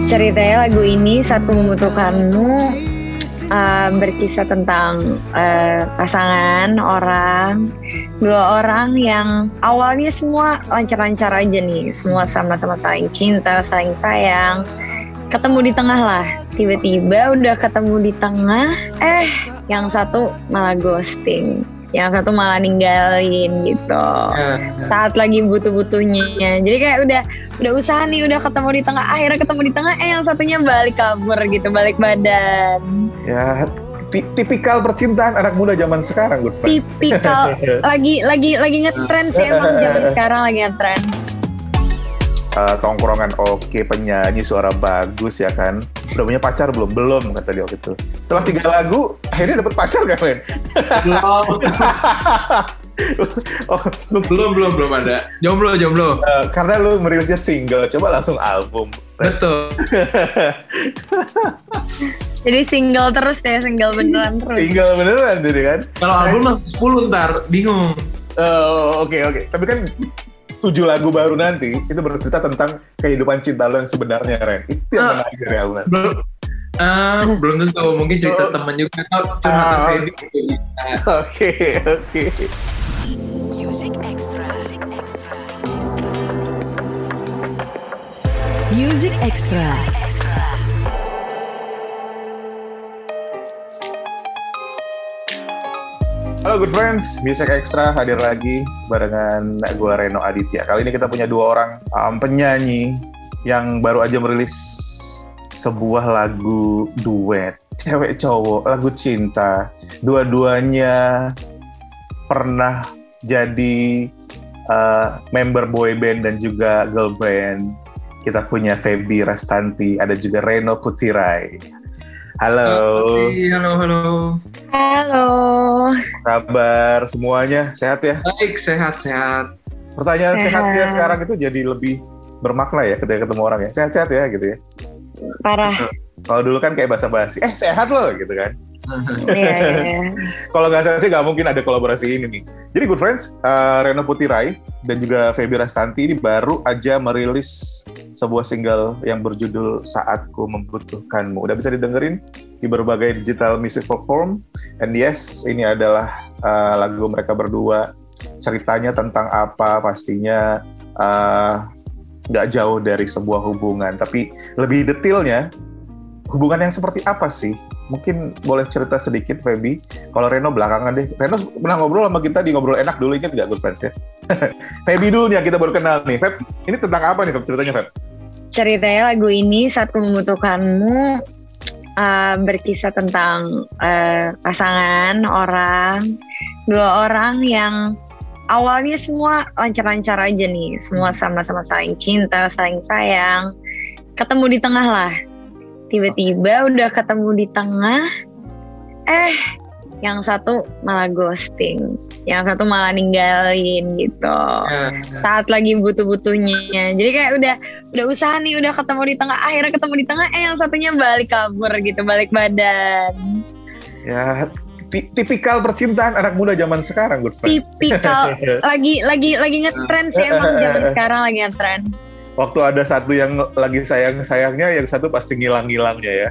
Ceritanya lagu ini Saat Ku Membutuhkanmu berkisah tentang pasangan dua orang yang awalnya semua lancar-lancar aja nih, semua sama-sama saling cinta, saling sayang, ketemu di tengah lah. Tiba-tiba udah ketemu di tengah, yang satu malah ghosting, yang satu malah ninggalin gitu. Saat lagi butuh-butuhnya. Jadi kayak udah usaha nih, udah ketemu di tengah, akhirnya ketemu di tengah, yang satunya balik kabur gitu, balik badan. Ya, tipikal percintaan anak muda zaman sekarang, good friends. Tipikal lagi ngetrend sih, emang zaman sekarang lagi ngetrend. Tongkrongan oke, penyanyi suara bagus ya kan. Udah punya pacar belum? Belum kata dia waktu itu. Setelah 3 lagu akhirnya dapet pacar kan, men? Belum ada. Jomblo. Karena lu merilisnya single, coba langsung album. Betul. Jadi single terus ya, single beneran terus. Single beneran jadi kan. Kalau album langsung 10 ntar bingung. Oke. Tapi kan 7 lagu baru nanti itu bercerita tentang kehidupan cinta lo yang sebenarnya, Ren. Itu yang menarik dari album. Belum tentu, mungkin cerita teman juga atau curhatan Feby. Oke. Music Extra. Halo good friends, Music Extra hadir lagi barengan gue Reno Aditya. Kali ini kita punya 2 orang penyanyi yang baru aja merilis sebuah lagu duet, cewek cowok, lagu cinta. Dua-duanya pernah jadi member boy band dan juga girl band. Kita punya Feby Rastanti, ada juga Reno Putirai. Halo. Halo. Kabar semuanya sehat ya? Baik, sehat. Pertanyaan sehatnya sekarang itu jadi lebih bermakna ya ketika ketemu orang ya. Sehat-sehat ya gitu ya. Parah. Kalau dulu kan kayak basa-basi, sehat loh gitu kan. Iya. Kalau nggak salah sih nggak mungkin ada kolaborasi ini nih. Jadi good friends, Reno Putirai dan juga Feby Rastanti ini baru aja merilis sebuah single yang berjudul Saat Ku Membutuhkanmu. Udah bisa didengerin di berbagai digital music platform. And yes, ini adalah lagu mereka berdua. Ceritanya tentang apa? Pastinya nggak jauh dari sebuah hubungan. Tapi lebih detailnya, hubungan yang seperti apa sih? Mungkin boleh cerita sedikit, Feby. Kalau Reno belakangan deh. Reno pernah ngobrol sama kita di Ngobrol Enak dulu, ingat nggak good friends ya? Feby dulunya kita baru kenal nih. Feb, ini tentang apa nih Feb, ceritanya Feb? Ceritanya lagu ini Saat Ku Membutuhkanmu berkisah tentang pasangan dua orang yang awalnya semua lancar-lancar aja nih, semua sama-sama saling cinta, saling sayang, ketemu di tengah lah. Tiba-tiba udah ketemu di tengah, yang satu malah ghosting, yang satu malah ninggalin gitu. Saat lagi butuh-butuhnya. Jadi kayak udah usaha nih, udah ketemu di tengah, akhirnya ketemu di tengah, yang satunya balik kabur gitu, balik badan. Ya, tipikal percintaan anak muda zaman sekarang, good friends. Tipikal lagi ngetrend sih, emang zaman sekarang lagi ngetrend. Waktu ada satu yang lagi sayang-sayangnya, yang satu pasti ngilang-ngilangnya ya.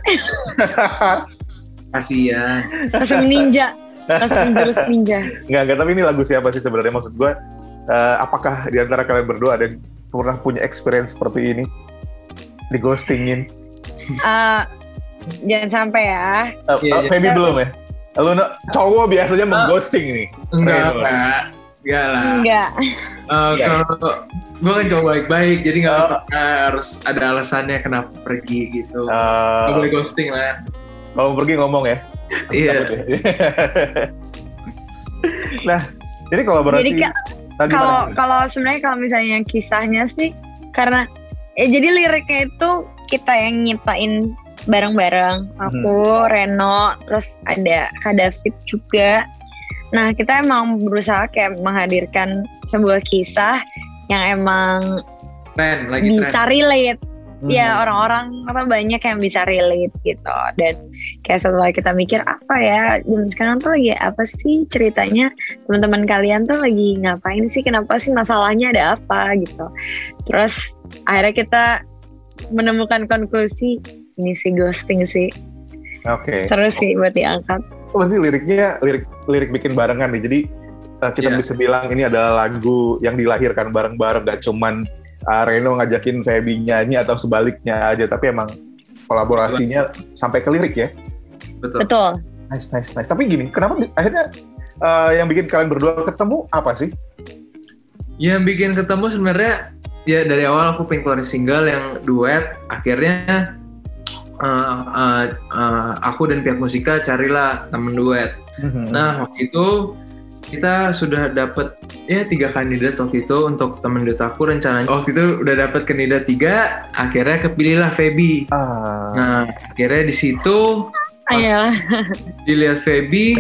Kasian. Langsung ninja, langsung jurus ninja. Enggak, tapi ini lagu siapa sih sebenarnya? Maksud gue, apakah di antara kalian berdua ada yang pernah punya experience seperti ini? Di ghostingin? Jangan sampai ya. Feby belum ya? Lu cowok biasanya mengghosting nih? Enggak lah. Kalau gue kan cowok baik-baik, jadi nggak harus ada alasannya kenapa pergi gitu. Nggak boleh ghosting lah. Kalau pergi ngomong ya. Iya. Nah, ini kolaborasi. Jadi kalau sebenarnya kalau misalnya kisahnya sih, karena jadi liriknya itu kita yang nyiptain bareng-bareng. Aku, Reno, terus ada Kak David juga. Nah, kita emang berusaha kayak menghadirkan sebuah kisah yang emang bisa relate. Ya, orang-orang banyak yang bisa relate gitu. Dan kayak setelah kita mikir apa ya, sekarang tuh lagi apa sih ceritanya, teman-teman kalian tuh lagi ngapain sih, kenapa sih, masalahnya ada apa gitu. Terus akhirnya kita menemukan konklusi ini sih ghosting sih. Oke. Seru sih buat diangkat. Berarti liriknya lirik bikin barengan nih. Jadi kita bisa bilang ini adalah lagu yang dilahirkan bareng-bareng, gak cuman Reno ngajakin Feby nyanyi atau sebaliknya aja, tapi emang kolaborasinya sampai ke lirik ya. Betul. Nice. Tapi gini, kenapa akhirnya yang bikin kalian berdua ketemu apa sih? Yang bikin ketemu sebenarnya ya dari awal aku pengen keluarin single yang duet. Akhirnya aku dan pihak Musika carilah temen duet. Nah waktu itu kita sudah dapat 3 kandidat waktu itu untuk temen duet aku. Rencananya waktu itu udah dapat kandidat 3, akhirnya kepilihlah Feby. Nah akhirnya di situ dilihat Feby,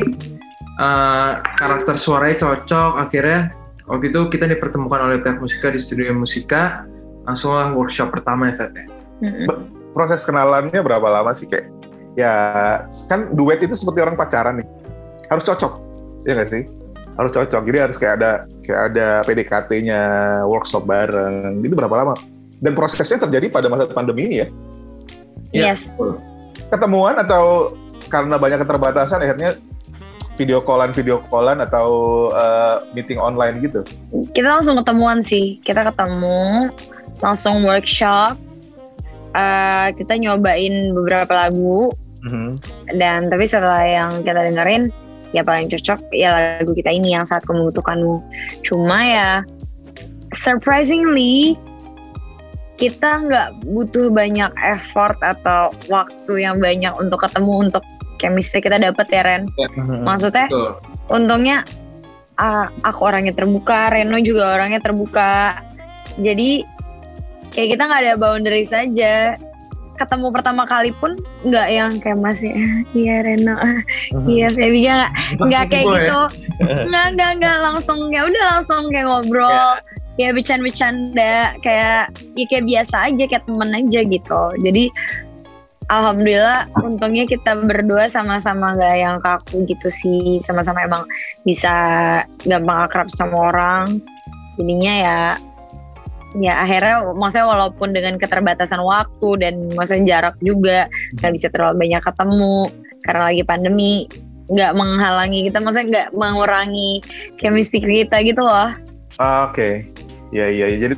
karakter suaranya cocok. Akhirnya waktu itu kita dipertemukan oleh pihak Musika di studio Musika, langsunglah workshop pertama ya Feby. Proses kenalannya berapa lama sih? Kayak ya kan duet itu seperti orang pacaran nih, harus cocok ya nggak sih? Harus cocok, jadi harus kayak ada PDKT-nya, workshop bareng. Itu berapa lama? Dan prosesnya terjadi pada masa pandemi ini ya? Yes. Ketemuan atau karena banyak keterbatasan akhirnya video callan atau meeting online gitu? Kita langsung ketemuan sih. Kita ketemu, langsung workshop. Kita nyobain beberapa lagu. Dan tapi setelah yang kita dengerin, ya paling cocok ya lagu kita ini yang Saat Ku Membutuhkanmu. Cuma ya surprisingly kita nggak butuh banyak effort atau waktu yang banyak untuk ketemu, untuk chemistry kita dapet ya Ren. Maksudnya untungnya aku orangnya terbuka, Reno juga orangnya terbuka, jadi kayak kita nggak ada boundary saja. Ketemu pertama kali pun nggak yang kayak masih iya Reno, iya Feby, nggak kayak gitu, nggak langsung ya udah langsung kayak ngobrol, ya bercanda kayak biasa aja, kayak temen aja gitu. Jadi alhamdulillah untungnya kita berdua sama-sama nggak yang kaku gitu sih, sama-sama emang bisa gampang akrab sama orang. Jadinya ya akhirnya maksudnya walaupun dengan keterbatasan waktu dan maksudnya jarak juga nggak bisa terlalu banyak ketemu karena lagi pandemi, nggak menghalangi kita, maksudnya nggak mengurangi chemistry kita gitu loh. Oke. Ya jadi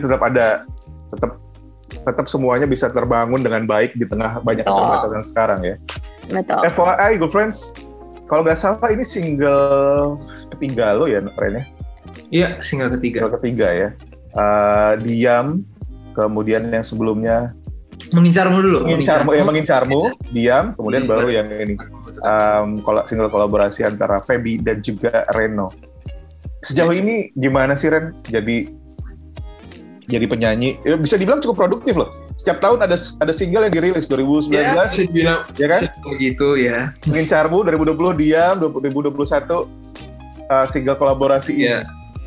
tetap semuanya bisa terbangun dengan baik di tengah banyak keterbatasan sekarang ya. Betul. FYI Good Friends, kalau nggak salah ini single ketiga lo ya Ren ya? Iya, single ketiga. Single ketiga ya. Diam, kemudian yang sebelumnya Mengincarmu dulu. Mengincarmu, Diam, kemudian baru yang ini single kolaborasi antara Feby dan juga Reno. Sejauh ini gimana sih Ren? Jadi penyanyi, ya bisa dibilang cukup produktif loh. Setiap tahun ada single yang dirilis 2019, ya kan? Begitu ya. Mengincarmu 2020, Diam 2021, single kolaborasi ini.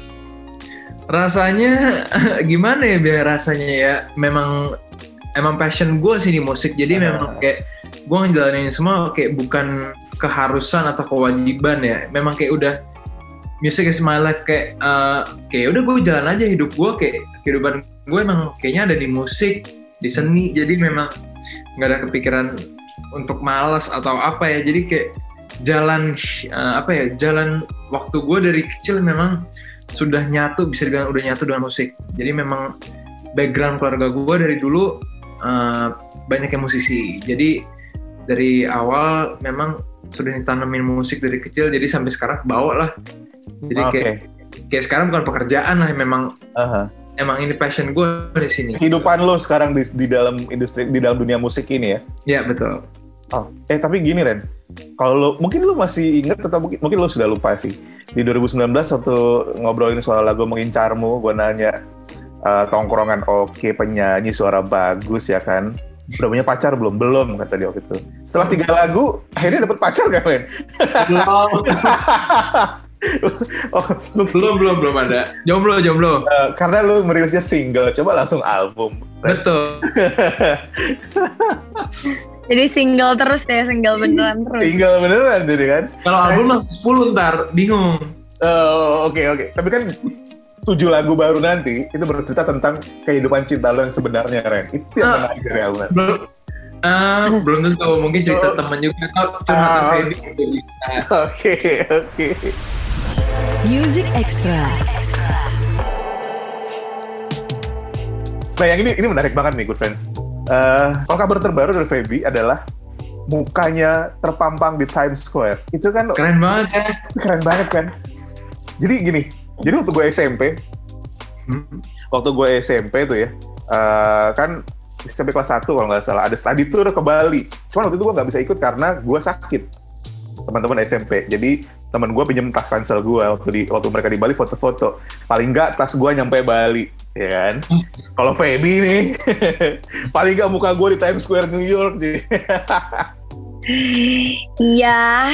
Rasanya gimana ya biar rasanya ya, emang passion gue sih di musik, jadi memang kayak gue ngejalanin semua kayak bukan keharusan atau kewajiban ya, memang kayak udah music is my life, kayak udah gue jalan aja hidup gue, kayak kehidupan gue emang kayaknya ada di musik, di seni, jadi memang nggak ada kepikiran untuk malas atau apa ya, jadi kayak jalan waktu gue dari kecil memang sudah nyatu, bisa dibilang udah nyatu dengan musik. Jadi memang background keluarga gue dari dulu banyak yang musisi. Jadi dari awal memang sudah ditanemin musik dari kecil, jadi sampai sekarang kebawa lah. Jadi kayak sekarang bukan pekerjaan lah, memang emang ini passion gue di sini. Kehidupan lo sekarang di dalam industri, di dalam dunia musik ini ya? Iya betul. Tapi gini Ren, kalau mungkin lo masih ingat atau mungkin lo sudah lupa sih, di 2019 waktu ngobrolin soal lagu Mengincarmu, gue nanya tongkrongan oke, penyanyi suara bagus ya kan, udah punya pacar belum kata dia waktu itu. Setelah 3 lagu akhirnya dapet pacar kan Ren? Belum ada. Jomblo. Karena lu merilisnya single, coba langsung album. Betul. Jadi single terus ya, single beneran terus. Single beneran jadi kan. Kalau album langsung 10 ntar bingung. Oke. Tapi kan 7 lagu baru nanti itu bercerita tentang kehidupan cinta lo yang sebenarnya, Ren. Itu yang menarik dari album. Belum tentu, mungkin cerita teman juga atau curhatan Feby. Oke. Music Extra. Nah yang ini menarik banget nih, good friends. Kalau kabar terbaru dari Feby adalah mukanya terpampang di Times Square. Itu kan Keren banget ya. Keren banget kan. Jadi gini, jadi waktu gue SMP tuh ya, kan SMP kelas 1 kalau nggak salah, ada study tour ke Bali. Cuman waktu itu gue nggak bisa ikut karena gue sakit. Teman-teman SMP. Jadi teman gue pinjem tas ransel gue waktu mereka di Bali foto-foto. Paling nggak tas gue nyampe Bali, ya kan? Kalau Feby nih, paling nggak muka gue di Times Square New York. Iya.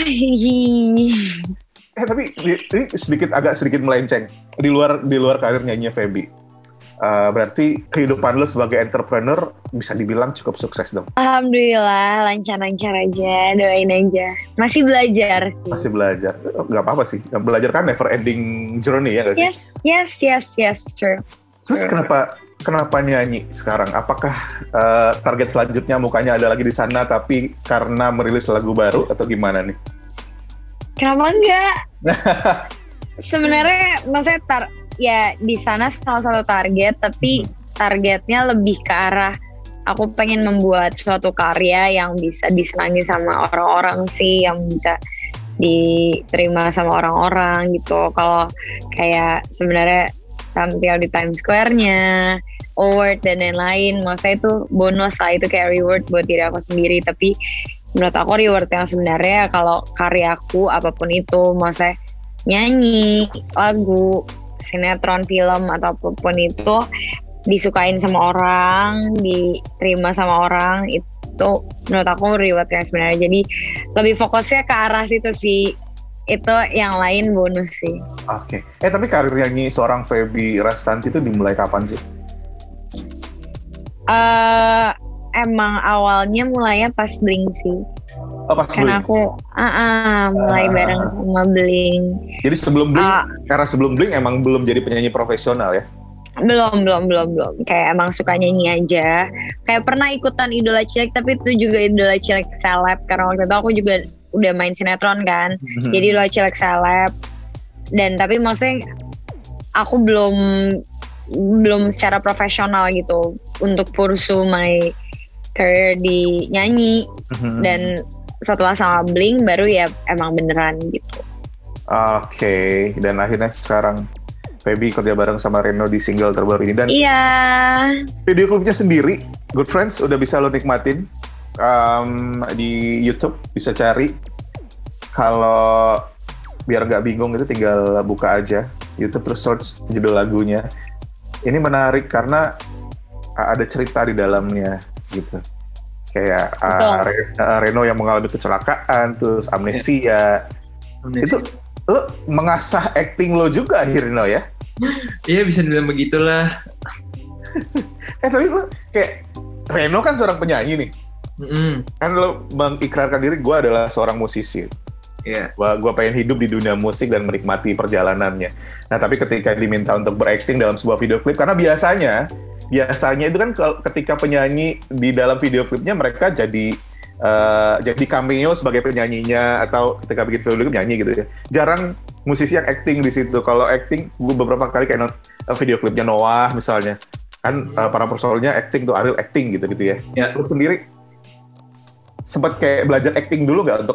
Tapi ini agak sedikit melenceng di luar karir nyanyinya Feby. Berarti kehidupan lo sebagai entrepreneur bisa dibilang cukup sukses dong. Alhamdulillah, lancar-lancar aja, doain aja. Masih belajar sih. Masih belajar, nggak apa-apa sih. Belajar kan never ending journey ya nggak sih? Yes, true. Terus kenapa nyanyi sekarang? Apakah target selanjutnya mukanya ada lagi di sana tapi karena merilis lagu baru atau gimana nih? Kenapa enggak? Sebenarnya maksudnya ya di sana salah satu target, tapi targetnya lebih ke arah aku pengen membuat suatu karya yang bisa disenangi sama orang-orang sih, yang bisa diterima sama orang-orang gitu. Kalau kayak sebenarnya tampil di Times Square-nya, award dan lain-lain, maksudnya itu bonus lah, itu kayak reward buat diri aku sendiri. Tapi menurut aku reward yang sebenarnya kalau karyaku apapun itu, maksudnya nyanyi, lagu, sinetron, film, atau apapun itu disukain sama orang, diterima sama orang, itu menurut aku reward yang sebenarnya. Jadi lebih fokusnya ke arah situ sih. Itu yang lain bonus sih. Oke. Tapi karir nyanyi seorang Feby Rastanti itu dimulai kapan sih? Emang awalnya mulainya pas Blink sih. Oh, pas Karena Blink? aku mulai bareng sama Blink. Jadi sebelum Blink, karena sebelum Blink emang belum jadi penyanyi profesional ya? Belum. Kayak emang suka nyanyi aja. Kayak pernah ikutan Idola Cilik, tapi itu juga Idola Cilik seleb. Karena waktu itu aku juga udah main sinetron kan. Jadi Idola Cilik seleb. Dan tapi maksudnya aku belum secara profesional gitu untuk pursue my career di nyanyi. Dan setelah sama Blink baru ya emang beneran gitu. Oke. Dan akhirnya sekarang Feby kerja bareng sama Reno di single terbaru ini. Dan video klipnya sendiri, Good Friends, udah bisa lo nikmatin di YouTube, bisa cari. Kalau biar gak bingung itu tinggal buka aja YouTube terus search judul lagunya. Ini menarik karena ada cerita di dalamnya gitu. Kayak Reno yang mengalami kecelakaan, terus amnesia. Itu lo mengasah acting lo juga akhirnya ya? Iya, bisa dibilang begitulah. Tapi lo kayak Reno kan seorang penyanyi nih. Kan lo mengikrarkan diri gue adalah seorang musisi. Iya. Gue pengen hidup di dunia musik dan menikmati perjalanannya. Nah tapi ketika diminta untuk berakting dalam sebuah video klip, karena biasanya itu kan ketika penyanyi di dalam video klipnya mereka jadi cameo sebagai penyanyinya, atau ketika bikin video klip nyanyi gitu ya. Jarang musisi yang acting di situ. Kalau acting, gue beberapa kali kayak video klipnya Noah misalnya, kan para personelnya acting tuh, Ariel acting gitu ya. Terus sendiri sempat kayak belajar acting dulu nggak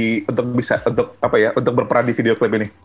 untuk berperan di video klip ini?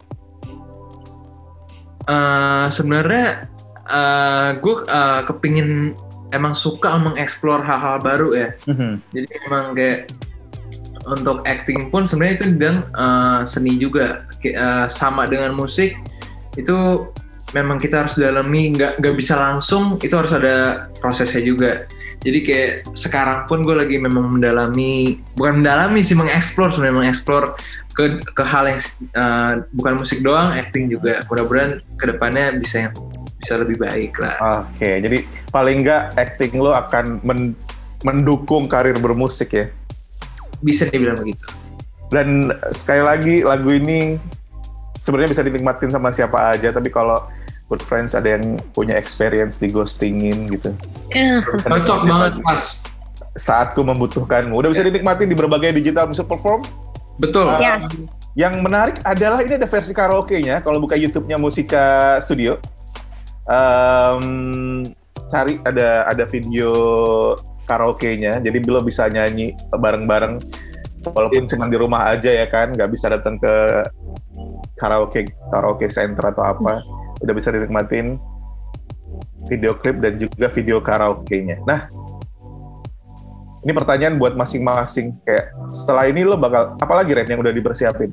Sebenarnya gue kepingin, emang suka mengeksplor hal-hal baru ya. Jadi emang kayak untuk acting pun sebenarnya itu bidang seni juga. Sama dengan musik, itu memang kita harus dalami, nggak bisa langsung, itu harus ada prosesnya juga. Jadi kayak sekarang pun gue lagi memang mengeksplor ke hal yang bukan musik doang, acting juga. Mudah-mudahan kedepannya bisa lebih baik lah. Oke, jadi paling nggak acting lo akan mendukung karir bermusik ya? Bisa dibilang begitu. Dan sekali lagi lagu ini sebenarnya bisa dinikmatin sama siapa aja, tapi kalau Good Friends ada yang punya experience di ghostingin gitu. Cocok banget pas. Saat ku membutuhkanmu. Udah bisa dinikmati di berbagai digital music platform. Betul. Yes. Yang menarik adalah ini ada versi karaoke-nya. Kalau buka YouTube-nya Musika Studio, cari ada video karaoke-nya. Jadi lo bisa nyanyi bareng-bareng, walaupun cuma di rumah aja ya kan, nggak bisa datang ke karaoke center atau apa. Udah bisa dinikmatin video klip dan juga video karaoke-nya. Nah, ini pertanyaan buat masing-masing. Kayak setelah ini lo bakal apalagi Ren yang udah dipersiapin?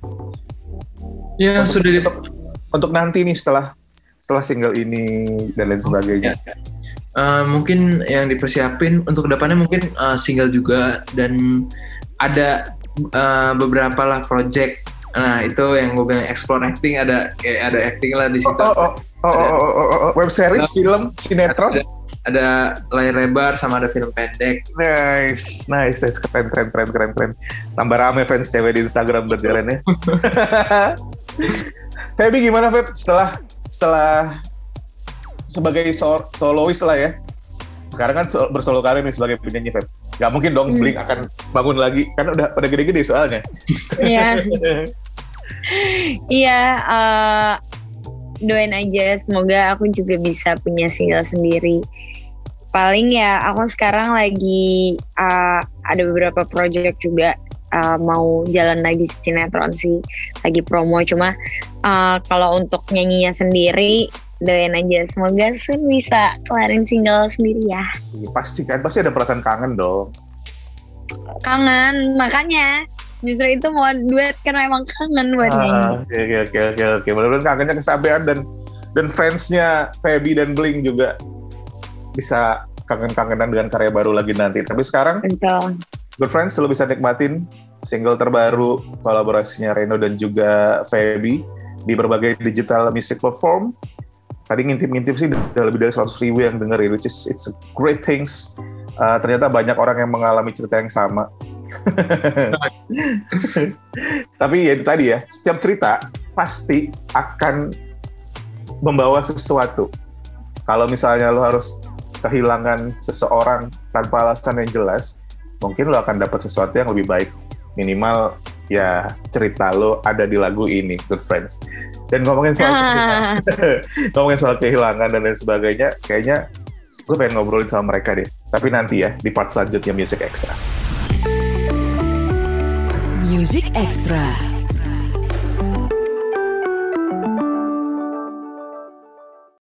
Ya sudah untuk nanti nih setelah single ini dan lain sebagainya. Mungkin yang dipersiapin untuk kedepannya mungkin single juga, dan ada beberapa lah project. Nah itu yang gue bilang explore acting, ada acting lah di situ. Web series, film, sinetron. Ada layar lebar sama ada film pendek. Nice. Keren. Tambah rame fans cewek di Instagram buat Ren ya. Feby gimana Feb? Setelah sebagai solois lah ya. Sekarang kan bersolo karir nih sebagai penyanyi Feb. Gak mungkin dong Blink akan bangun lagi, kan udah pada gede-gede soalnya. Iya. Iya. Doain aja, semoga aku juga bisa punya single sendiri. Paling ya aku sekarang lagi ada beberapa project juga, mau jalan lagi sinetron sih, lagi promo. Cuma kalau untuk nyanyinya sendiri, doain aja semoga soon bisa kelarin single sendiri ya. Pasti ada perasaan kangen dong. Kangen, makanya justru itu mau duet karena emang kangen buat nyanyi. Oke. Mudah-mudahan kangennya kesampaian dan fansnya Feby dan Blink juga bisa kangen-kangenan dengan karya baru lagi nanti. Tapi sekarang, betul. Good Friends lo bisa nikmatin single terbaru kolaborasinya Reno dan juga Feby di berbagai digital music platform. Tadi ngintip-ngintip sih udah lebih dari 100,000 yang dengerin, which is it's a great things. Ternyata banyak orang yang mengalami cerita yang sama. Tapi ya itu tadi ya, setiap cerita pasti akan membawa sesuatu. Kalau misalnya lo harus kehilangan seseorang tanpa alasan yang jelas, mungkin lo akan dapat sesuatu yang lebih baik. Minimal ya cerita lo ada di lagu ini, Good Friends. Dan ngomongin soal kehilangan dan lain sebagainya, kayaknya gue pengen ngobrolin sama mereka deh. Tapi nanti ya, di part selanjutnya Music Extra. Music Extra.